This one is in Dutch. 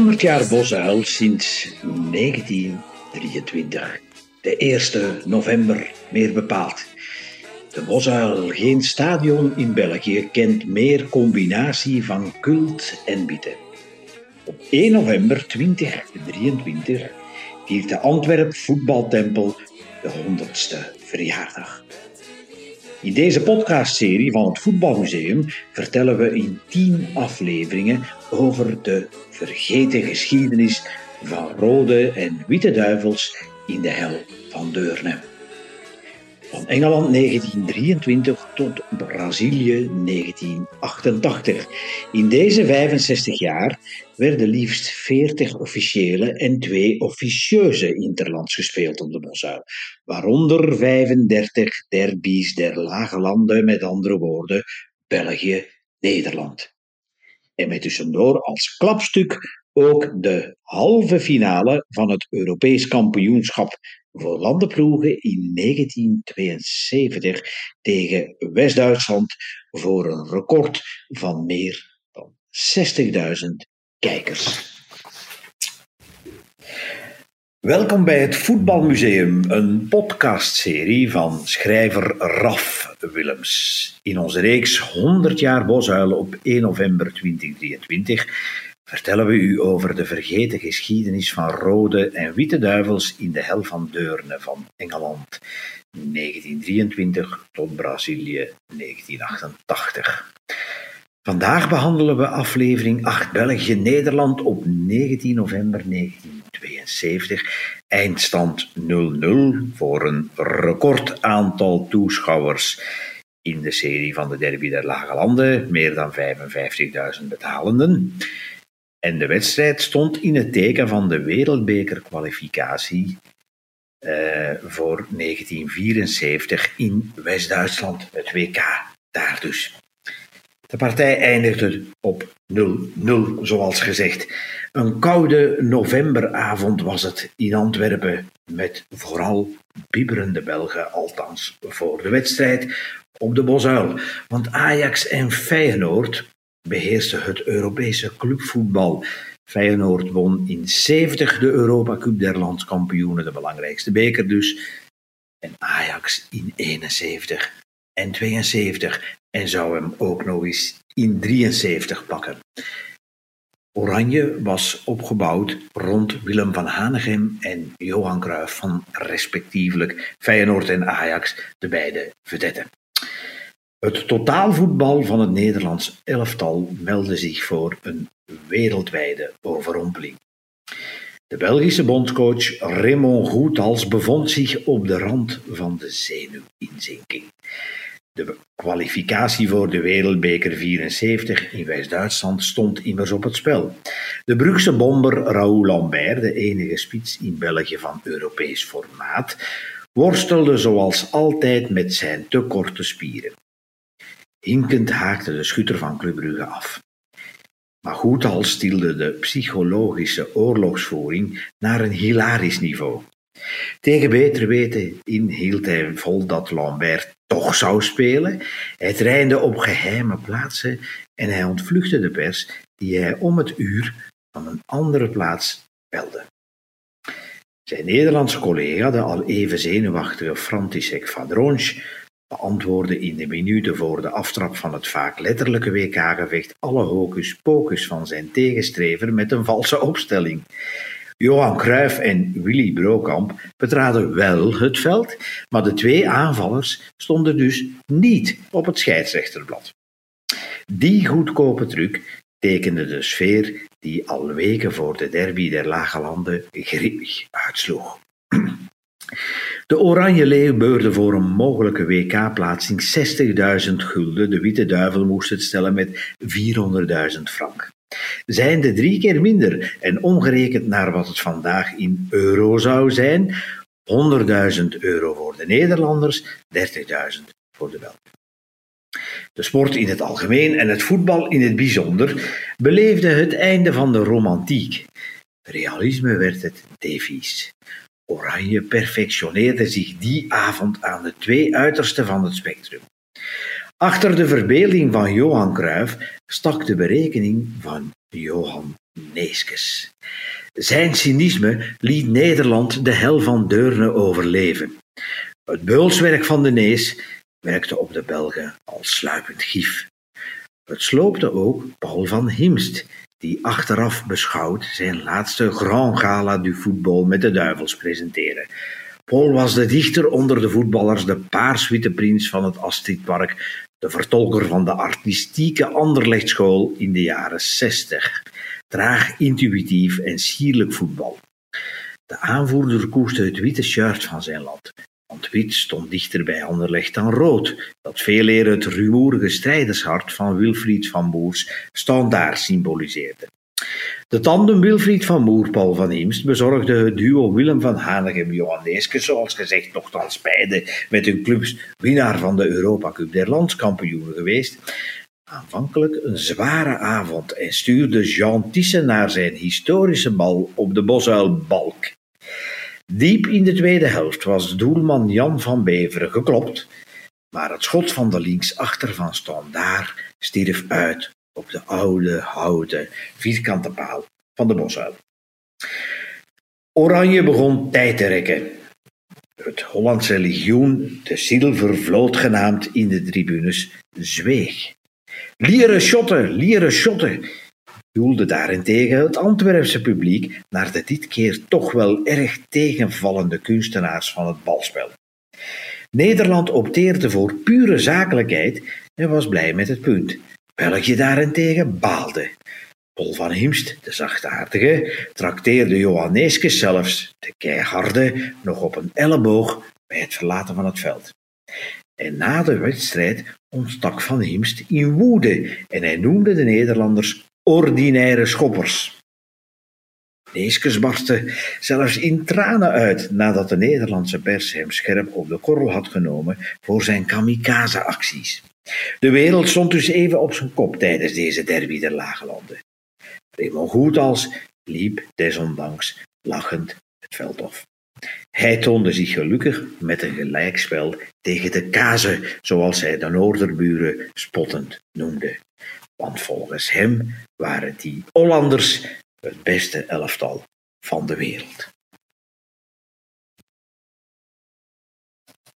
100 jaar Bosuil sinds 1923. De 1 november meer bepaald. De Bosuil, geen stadion in België, kent meer combinatie van cult en mythe. Op 1 november 2023 viert de Antwerp voetbaltempel de 100ste verjaardag. In deze podcastserie van het Voetbalmuseum vertellen we in 10 afleveringen over de vergeten geschiedenis van rode en witte duivels in de hel van Deurne. Van Engeland 1923 tot Brazilië 1988. In deze 65 jaar werden liefst 40 officiële en 2 officieuze interlands gespeeld op de Bosuil, waaronder 35 derbies der lage landen, met andere woorden België-Nederland. En met tussendoor als klapstuk ook de halve finale van het Europees kampioenschap voor landenploegen in 1972 tegen West-Duitsland voor een record van meer dan 60.000 kijkers. Welkom bij het Voetbalmuseum, een podcastserie van schrijver Raf Willems. In onze reeks 100 jaar Bosuil op 1 november 2023 vertellen we u over de vergeten geschiedenis van rode en witte duivels in de hel van Deurne, van Engeland 1923 tot Brazilië 1988. Vandaag behandelen we aflevering 8 België-Nederland op 19 november 1972. Eindstand 0-0 voor een record aantal toeschouwers in de serie van de derby der lage landen, meer dan 55.000 betalenden. En de wedstrijd stond in het teken van de wereldbekerkwalificatie voor 1974 in West-Duitsland, het WK daar dus. De partij eindigde op 0-0, zoals gezegd. Een koude novemberavond was het in Antwerpen, met vooral bibberende Belgen, althans voor de wedstrijd op de Bosuil. Want Ajax en Feyenoord beheersten het Europese clubvoetbal. Feyenoord won in 70 de Europa Cup der landskampioenen, de belangrijkste beker dus. En Ajax in 71 en 72. En zou hem ook nog eens in 73 pakken. Oranje was opgebouwd rond Willem van Hanegem en Johan Cruijff van respectievelijk Feyenoord en Ajax, de beide vedetten. Het totaalvoetbal van het Nederlands elftal meldde zich voor een wereldwijde overrompeling. De Belgische bondscoach Raymond Goethals bevond zich op de rand van de zenuwinzinking. De kwalificatie voor de Wereldbeker 74 in West-Duitsland stond immers op het spel. De Brugse bomber Raoul Lambert, de enige spits in België van Europees formaat, worstelde zoals altijd met zijn te korte spieren. Hinkend haakte de schutter van Club Brugge af. Maar Goethals stielde de psychologische oorlogsvoering naar een hilarisch niveau. Tegen beter weten in hield hij vol dat Lambert toch zou spelen. Hij trainde op geheime plaatsen en hij ontvluchtte de pers, die hij om het uur van een andere plaats belde. Zijn Nederlandse collega, de al even zenuwachtige František Vadronj, beantwoordde in de minuten voor de aftrap van het vaak letterlijke WK-gevecht alle hocus-pocus van zijn tegenstrever met een valse opstelling. Johan Cruijff en Willy Brokamp betraden wel het veld, maar de 2 aanvallers stonden dus niet op het scheidsrechterblad. Die goedkope truc tekende de sfeer die al weken voor de derby der lage landen grimmig uitsloeg. De Oranje Leeuw beurde voor een mogelijke WK-plaatsing 60.000 gulden. De Witte Duivel moest het stellen met 400.000 frank. Zijnde 3 keer minder en omgerekend naar wat het vandaag in euro zou zijn, 100.000 euro voor de Nederlanders, 30.000 voor de Belgen. De sport in het algemeen en het voetbal in het bijzonder beleefde het einde van de romantiek. Realisme werd het devies. Oranje perfectioneerde zich die avond aan de 2 uitersten van het spectrum. Achter de verbeelding van Johan Cruijff stak de berekening van Johan Neeskens. Zijn cynisme liet Nederland de hel van Deurne overleven. Het beulswerk van de Nees werkte op de Belgen als sluipend gif. Het sloopte ook Paul van Himst, die achteraf beschouwd zijn laatste Grand Gala du Football met de Duivels presenteerde. Paul was de dichter onder de voetballers, de paarswitte prins van het Astridpark, de vertolker van de artistieke Anderlechtschool in de jaren 60. Traag, intuïtief en sierlijk voetbal. De aanvoerder koeste het witte shirt van zijn land, want wit stond dichter bij Anderlecht dan rood, dat veeleer het rumoerige strijdershart van Wilfried van Moers standaard symboliseerde. De tandem Wilfried van Moer-Paul van Himst bezorgde het duo Willem van Hanegem-Johan Neeskens, zoals gezegd, nogthans beide met hun clubs winnaar van de Europa Cup der landskampioenen geweest, aanvankelijk een zware avond en stuurde Jean Thyssen naar zijn historische bal op de Bosuilbalk. Diep in de tweede helft was doelman Jan van Beveren geklopt, maar het schot van de linksachter van Standaard stierf uit op de oude, houten, vierkante paal van de Bosuil. Oranje begon tijd te rekken. Het Hollandse legioen, de Zilvervloot genaamd in de tribunes, zweeg. Lieren shotten, joelde daarentegen het Antwerpse publiek naar de dit keer toch wel erg tegenvallende kunstenaars van het balspel. Nederland opteerde voor pure zakelijkheid en was blij met het punt. België daarentegen baalde. Paul van Himst, de zachtaardige, trakteerde Johan Neeskens zelfs, de keiharde, nog op een elleboog bij het verlaten van het veld. En na de wedstrijd ontstak Van Himst in woede en hij noemde de Nederlanders ordinaire schoppers. Neeskens barstte zelfs in tranen uit nadat de Nederlandse pers hem scherp op de korrel had genomen voor zijn kamikaze-acties. De wereld stond dus even op zijn kop tijdens deze derby der Lage Landen. Raymond Goethals liep desondanks lachend het veld af. Hij toonde zich gelukkig met een gelijkspel tegen de kazen, zoals hij de Noorderburen spottend noemde. Want volgens hem waren die Hollanders het beste elftal van de wereld.